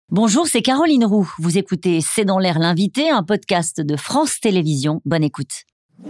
Bonjour, c'est Caroline Roux. Vous écoutez C'est dans l'air l'invité, un podcast de France Télévisions. Bonne écoute.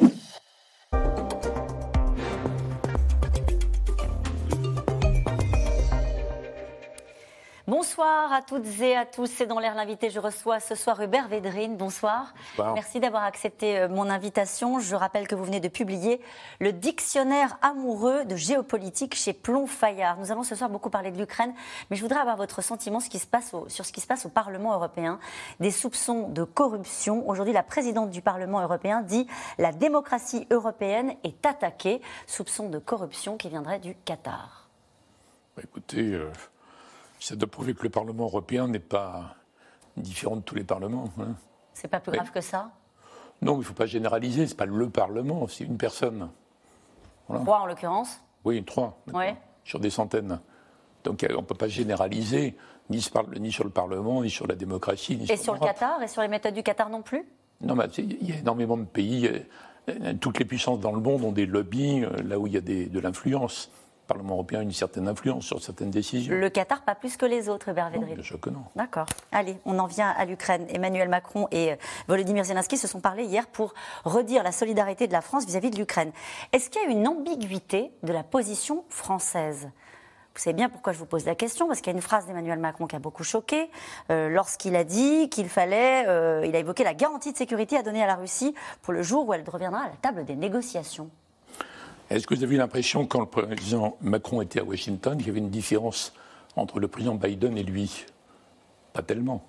Bonsoir à toutes et à tous, c'est dans l'air l'invité. Je reçois ce soir Hubert Védrine. Bonsoir. Bonsoir. Merci d'avoir accepté mon invitation. Je rappelle que vous venez de publier le dictionnaire amoureux de géopolitique chez Plomb Fayard. Nous allons ce soir beaucoup parler de l'Ukraine, mais je voudrais avoir votre sentiment sur ce qui se passe au Parlement européen. Des soupçons de corruption. Aujourd'hui, la présidente du Parlement européen dit la démocratie européenne est attaquée. Soupçons de corruption qui viendraient du Qatar. Écoutez... Ça doit prouver que le Parlement européen n'est pas différent de tous les parlements. Hein. C'est pas plus grave que ça ? Non, il ne faut pas généraliser. Ce n'est pas le Parlement, c'est une personne. Voilà. 3 en l'occurrence ? Oui, 3. Ouais. Sur des centaines. Donc on ne peut pas généraliser ni sur le Parlement, ni sur la démocratie, ni sur le Qatar ? Et sur les méthodes du Qatar non plus ? Non, mais il y a énormément de pays. Toutes les puissances dans le monde ont des lobbies là où il y a de l'influence. Le Parlement européen a une certaine influence sur certaines décisions. Le Qatar, pas plus que les autres, Hubert Védrine. Bien sûr que non. D'accord. Allez, on en vient à l'Ukraine. Emmanuel Macron et Volodymyr Zelensky se sont parlé hier pour redire la solidarité de la France vis-à-vis de l'Ukraine. Est-ce qu'il y a une ambiguïté de la position française ? Vous savez bien pourquoi je vous pose la question, parce qu'il y a une phrase d'Emmanuel Macron qui a beaucoup choqué, lorsqu'il a dit qu'il fallait, il a évoqué la garantie de sécurité à donner à la Russie pour le jour où elle reviendra à la table des négociations. Est-ce que vous avez l'impression, quand le président Macron était à Washington, qu'il y avait une différence entre le président Biden et lui ? Pas tellement.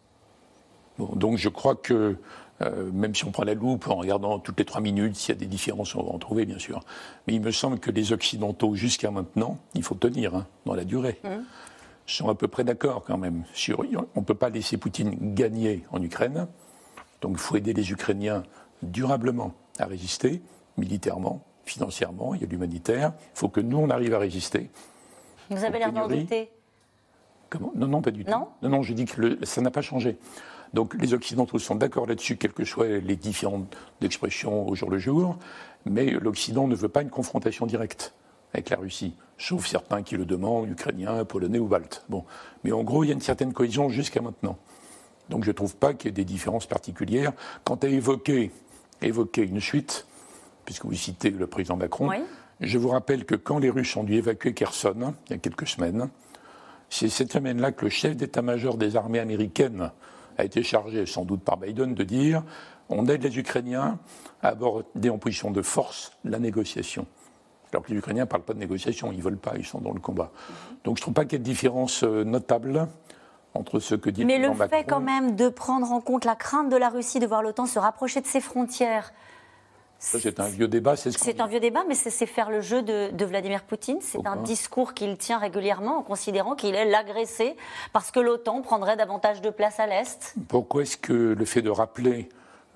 Bon, donc je crois que, même si on prend la loupe en regardant toutes les 3 minutes, s'il y a des différences, on va en trouver, bien sûr. Mais il me semble que les Occidentaux, jusqu'à maintenant, il faut tenir dans la durée, sont à peu près d'accord quand même. On ne peut pas laisser Poutine gagner en Ukraine. Donc il faut aider les Ukrainiens durablement à résister, militairement, financièrement, il y a l'humanitaire. Il faut que nous, on arrive à résister. Vous avez l'air d'en douter. Comment ? Non, pas du tout. Non, je dis que ça n'a pas changé. Donc les Occidentaux sont d'accord là-dessus, quelles que soient les différentes expressions au jour le jour, mais l'Occident ne veut pas une confrontation directe avec la Russie, sauf certains qui le demandent, ukrainiens, polonais ou baltes. Bon. Mais en gros, il y a une certaine cohésion jusqu'à maintenant. Donc je ne trouve pas qu'il y ait des différences particulières. Quant à évoquer une suite, puisque vous citez le président Macron, je vous rappelle que quand les Russes ont dû évacuer Kherson, il y a quelques semaines, c'est cette semaine-là que le chef d'état-major des armées américaines a été chargé, sans doute par Biden, de dire on aide les Ukrainiens à aborder en position de force la négociation. Alors que les Ukrainiens ne parlent pas de négociation, ils ne veulent pas, ils sont dans le combat. Donc je ne trouve pas qu'il y ait de différence notable entre ce que dit le président Macron. Mais le fait quand même de prendre en compte la crainte de la Russie de voir l'OTAN se rapprocher de ses frontières... Ça, c'est un vieux débat. C'est un vieux débat, mais c'est faire le jeu de Vladimir Poutine. C'est un discours qu'il tient régulièrement en considérant qu'il est l'agressé parce que l'OTAN prendrait davantage de place à l'Est. Pourquoi est-ce que le fait de rappeler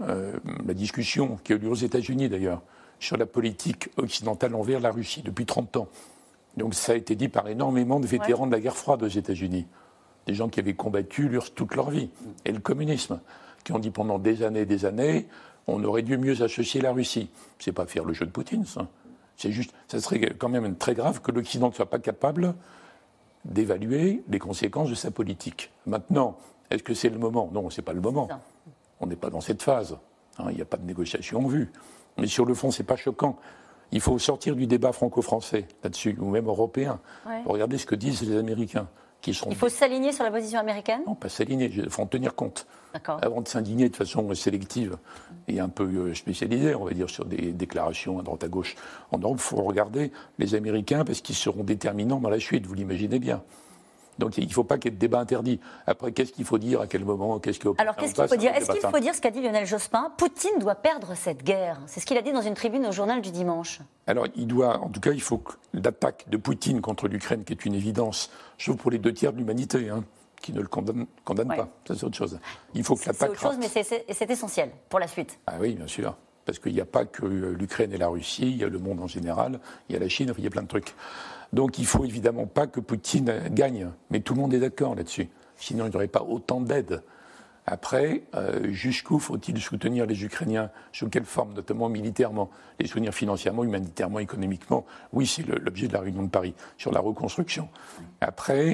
la discussion qui a eu lieu aux États-Unis d'ailleurs sur la politique occidentale envers la Russie depuis 30 ans, donc ça a été dit par énormément de vétérans de la guerre froide aux États-Unis, des gens qui avaient combattu l'URSS toute leur vie, et le communisme, qui ont dit pendant des années, on aurait dû mieux associer la Russie. C'est pas faire le jeu de Poutine, ça. C'est juste, ça serait quand même très grave que l'Occident ne soit pas capable d'évaluer les conséquences de sa politique. Maintenant, est-ce que c'est le moment ? Non, c'est pas le moment. Non. On n'est pas dans cette phase. Il n'y a pas de négociation en vue. Mais sur le fond, c'est pas choquant. Il faut sortir du débat franco-français là-dessus, ou même européen. Regardez ce que disent les Américains. Il faut s'aligner sur la position américaine ? Non, pas s'aligner, il faut en tenir compte. Avant de s'indigner de façon sélective et un peu spécialisée, on va dire, sur des déclarations à droite à gauche. En Europe, il faut regarder les Américains parce qu'ils seront déterminants dans la suite, vous l'imaginez bien. Donc il ne faut pas qu'il y ait de débat interdit. Après, qu'est-ce qu'il faut dire, à quel moment, Alors qu'est-ce qu'il faut dire ? Est-ce qu'il faut dire ce qu'a dit Lionel Jospin ? Poutine doit perdre cette guerre. C'est ce qu'il a dit dans une tribune au journal du dimanche. Alors en tout cas, il faut que l'attaque de Poutine contre l'Ukraine, qui est une évidence, sauf pour les 2 tiers de l'humanité, qui ne le condamne pas. Ça, c'est autre chose. Il faut que l'attaque. C'est autre chose, mais c'est essentiel pour la suite. Ah oui, bien sûr. Parce qu'il n'y a pas que l'Ukraine et la Russie, il y a le monde en général, il y a la Chine, il y a plein de trucs. Donc il ne faut évidemment pas que Poutine gagne. Mais tout le monde est d'accord là-dessus. Sinon, il n'y aurait pas autant d'aide. Après, jusqu'où faut-il soutenir les Ukrainiens ? Sous quelle forme, notamment militairement ? Les soutenir financièrement, humanitairement, économiquement ? Oui, c'est l'objet de la réunion de Paris, sur la reconstruction. Après,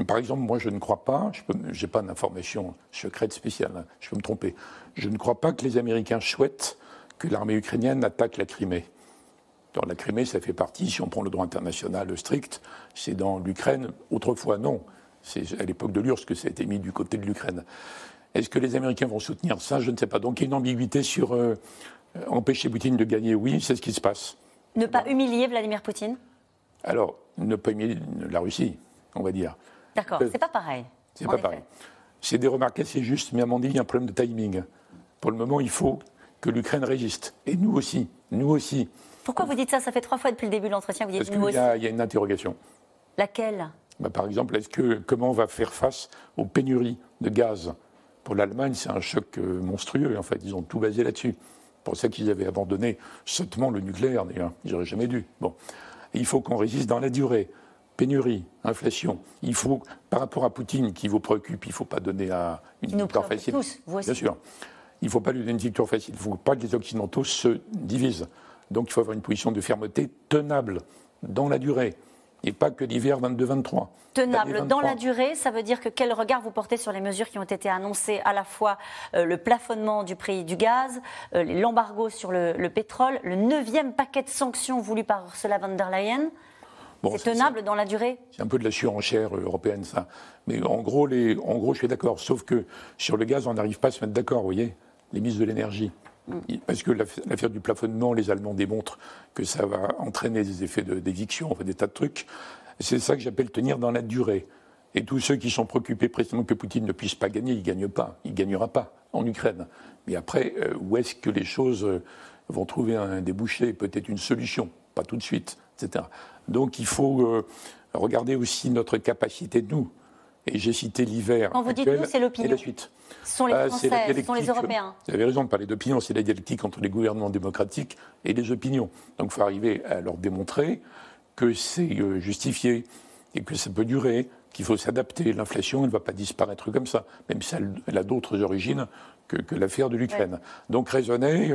Par exemple, moi, je ne crois pas, je n'ai pas d'information secrète spéciale, hein, je peux me tromper, je ne crois pas que les Américains souhaitent que l'armée ukrainienne attaque la Crimée. Dans la Crimée, ça fait partie, si on prend le droit international strict, c'est dans l'Ukraine. Autrefois, non. C'est à l'époque de l'URSS que ça a été mis du côté de l'Ukraine. Est-ce que les Américains vont soutenir ça? Je ne sais pas. Donc il y a une ambiguïté sur empêcher Poutine de gagner. Oui, c'est ce qui se passe. Ne pas humilier Vladimir Poutine? Alors, ne pas humilier la Russie, on va dire. D'accord, c'est pas pareil. C'est pas pareil. C'est des remarques assez justes, mais à mon avis, il y a un problème de timing. Pour le moment, il faut que l'Ukraine résiste. Et nous aussi. Nous aussi. Pourquoi vous dites ça? Ça fait 3 fois depuis le début de l'entretien que vous dites nous aussi. Parce qu'il y a une interrogation. Laquelle? Par exemple, comment on va faire face aux pénuries de gaz? Pour l'Allemagne, c'est un choc monstrueux. En fait, ils ont tout basé là-dessus. C'est pour ça qu'ils avaient abandonné sottement le nucléaire, d'ailleurs. Ils n'auraient jamais dû. Bon. Et il faut qu'on résiste dans la durée. Pénurie, inflation. Il faut, par rapport à Poutine, qui vous préoccupe, il ne faut pas donner une victoire facile. Tous, vous aussi. Bien sûr. Il ne faut pas lui donner une victoire facile. Il ne faut pas que les Occidentaux se divisent. Donc il faut avoir une position de fermeté tenable dans la durée. Et pas que l'hiver 22-23. Tenable dans la durée, ça veut dire que quel regard vous portez sur les mesures qui ont été annoncées, à la fois le plafonnement du prix du gaz, l'embargo sur le pétrole, le 9e paquet de sanctions voulu par Ursula von der Leyen? C'est tenable dans la durée? C'est un peu de la surenchère européenne, ça. Mais en gros, je suis d'accord. Sauf que sur le gaz, on n'arrive pas à se mettre d'accord, vous voyez, les ministres de l'énergie. Parce que l'affaire du plafonnement, les Allemands démontrent que ça va entraîner des effets d'éviction, enfin, des tas de trucs. C'est ça que j'appelle tenir dans la durée. Et tous ceux qui sont préoccupés précisément que Poutine ne puisse pas gagner, il ne gagne pas. Il ne gagnera pas en Ukraine. Mais après, où est-ce que les choses vont trouver un débouché, peut-être une solution? Pas tout de suite, etc. Donc il faut regarder aussi notre capacité de nous. Et j'ai cité l'hiver. Quand vous dites nous, c'est l'opinion. Et la suite. Ce sont les Français, ce sont les Européens. Vous avez raison de parler d'opinion, c'est la dialectique entre les gouvernements démocratiques et les opinions. Donc il faut arriver à leur démontrer que c'est justifié et que ça peut durer, qu'il faut s'adapter. L'inflation, elle ne va pas disparaître comme ça, même si elle a d'autres origines que l'affaire de l'Ukraine. Ouais. Donc raisonner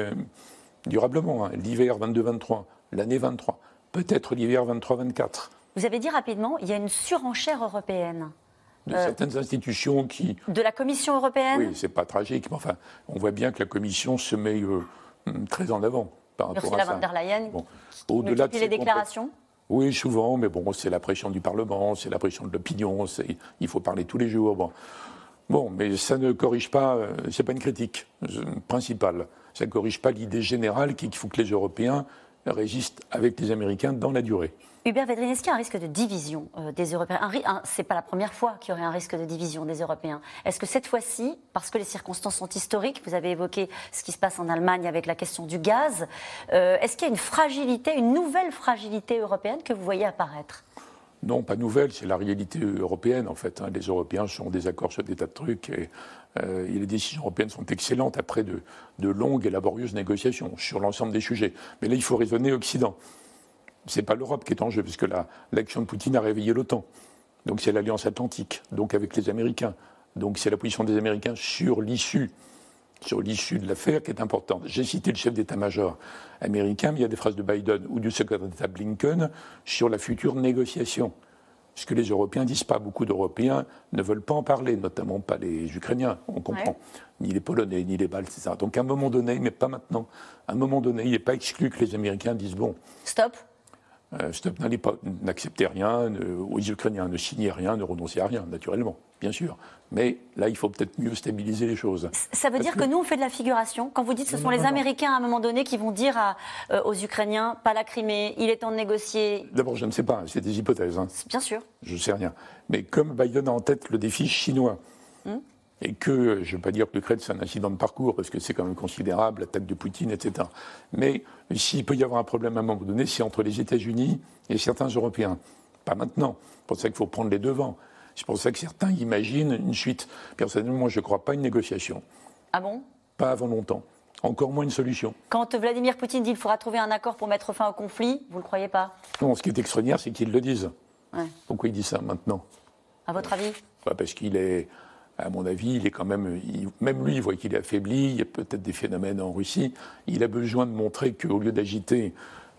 durablement. L'hiver 22-23, l'année 23, peut-être l'hiver 23-24. Vous avez dit rapidement, il y a une surenchère européenne. De certaines institutions qui... De la Commission européenne? Oui, c'est pas tragique, mais enfin, on voit bien que la Commission se met très en avant par rapport à ça. Ursula von der Leyen, bon. Au-delà de les déclarations? Oui, souvent, mais bon, c'est la pression du Parlement, c'est la pression de l'opinion, il faut parler tous les jours. Bon, mais ça ne corrige pas, c'est pas une critique principale, ça ne corrige pas l'idée générale qu'il faut que les Européens résistent avec les Américains dans la durée. Hubert Védrine, est-ce qu'il y a un risque de division des Européens? Ce n'est pas la première fois qu'il y aurait un risque de division des Européens. Est-ce que cette fois-ci, parce que les circonstances sont historiques, vous avez évoqué ce qui se passe en Allemagne avec la question du gaz, est-ce qu'il y a une fragilité, une nouvelle fragilité européenne que vous voyez apparaître? Non, pas nouvelle, c'est la réalité européenne en fait. Les Européens sont en désaccord sur des tas de trucs et les décisions européennes sont excellentes après de longues et laborieuses négociations sur l'ensemble des sujets. Mais là, il faut raisonner Occident. Ce n'est pas l'Europe qui est en jeu, puisque l'action de Poutine a réveillé l'OTAN. Donc c'est l'Alliance Atlantique, donc avec les Américains. Donc c'est la position des Américains sur l'issue de l'affaire qui est importante. J'ai cité le chef d'état-major américain, mais il y a des phrases de Biden ou du secrétaire d'État Blinken sur la future négociation. Ce que les Européens disent pas. Beaucoup d'Européens ne veulent pas en parler, notamment pas les Ukrainiens, on comprend. Ouais. Ni les Polonais, ni les Baltes, etc. Donc à un moment donné, mais pas maintenant, à un moment donné, il n'est pas exclu que les Américains disent bon. Stop. Stop, n'acceptez rien, les Ukrainiens ne signez rien, ne renoncez à rien, naturellement, bien sûr. Mais là, il faut peut-être mieux stabiliser les choses. Ça veut dire que nous, on fait de la figuration? Quand vous dites que ce sont les Américains, à un moment donné, qui vont dire aux Ukrainiens, pas la Crimée, il est temps de négocier... D'abord, je ne sais pas, c'est des hypothèses. Hein. Bien sûr. Je ne sais rien. Mais comme Biden a en tête le défi chinois, et que, je ne veux pas dire que l'Ukraine, c'est un incident de parcours, parce que c'est quand même considérable, l'attaque de Poutine, etc. Mais s'il peut y avoir un problème à un moment donné, c'est entre les États-Unis et certains Européens. Pas maintenant. C'est pour ça qu'il faut prendre les devants. C'est pour ça que certains imaginent une suite. Personnellement, moi, je ne crois pas à une négociation. Ah bon? Pas avant longtemps. Encore moins une solution. Quand Vladimir Poutine dit qu'il faudra trouver un accord pour mettre fin au conflit, vous ne le croyez pas? Non, ce qui est extraordinaire, c'est qu'ils le disent. Ouais. Pourquoi il dit ça maintenant? À votre avis? Parce qu'il est... À mon avis, il est quand même lui, il voit qu'il est affaibli, il y a peut-être des phénomènes en Russie. Il a besoin de montrer qu'au lieu d'agiter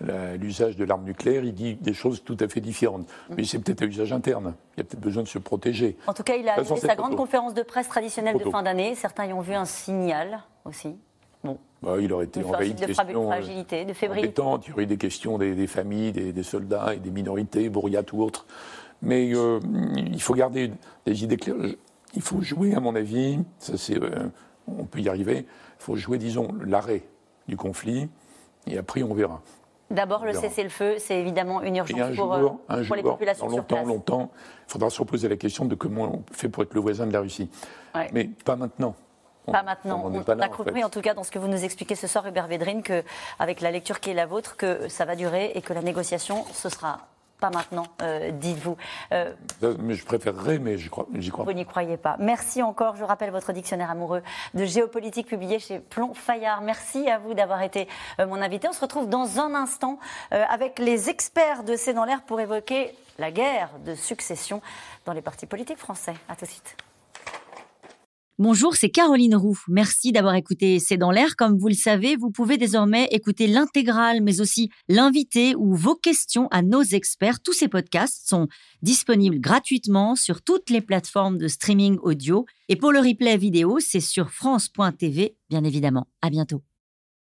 l'usage de l'arme nucléaire, il dit des choses tout à fait différentes. Mais c'est peut-être à usage interne. Il y a peut-être besoin de se protéger. En tout cas, il a annulé sa grande conférence de presse traditionnelle de fin d'année. Certains y ont vu un signal aussi. Bon. Il aurait été envahi de questions fragilité, de fébrilité. Il y aurait eu des questions des familles, des soldats et des minorités, bourriates ou autres. Mais il faut garder des idées claires. Il faut jouer, à mon avis, on peut y arriver, il faut jouer, disons, l'arrêt du conflit, et après on verra. D'abord, le cessez-le-feu, c'est évidemment une urgence pour les populations sur place. Longtemps, il faudra se poser la question de comment on fait pour être le voisin de la Russie. Ouais. Mais pas maintenant. Pas maintenant. On a compris, en tout cas, dans ce que vous nous expliquez ce soir, Hubert Védrine, qu'avec la lecture qui est la vôtre, que ça va durer et que la négociation, ce sera pas maintenant, dites-vous. Mais je préférerais, mais j'y crois pas. Vous n'y croyez pas. Merci encore. Je rappelle votre dictionnaire amoureux de géopolitique publié chez Plomb Fayard. Merci à vous d'avoir été mon invité. On se retrouve dans un instant avec les experts de C'est dans l'air pour évoquer la guerre de succession dans les partis politiques français. À tout de suite. Bonjour, c'est Caroline Roux. Merci d'avoir écouté C'est dans l'air. Comme vous le savez, vous pouvez désormais écouter l'intégrale, mais aussi l'invité ou vos questions à nos experts. Tous ces podcasts sont disponibles gratuitement sur toutes les plateformes de streaming audio. Et pour le replay vidéo, c'est sur France.tv, bien évidemment. À bientôt.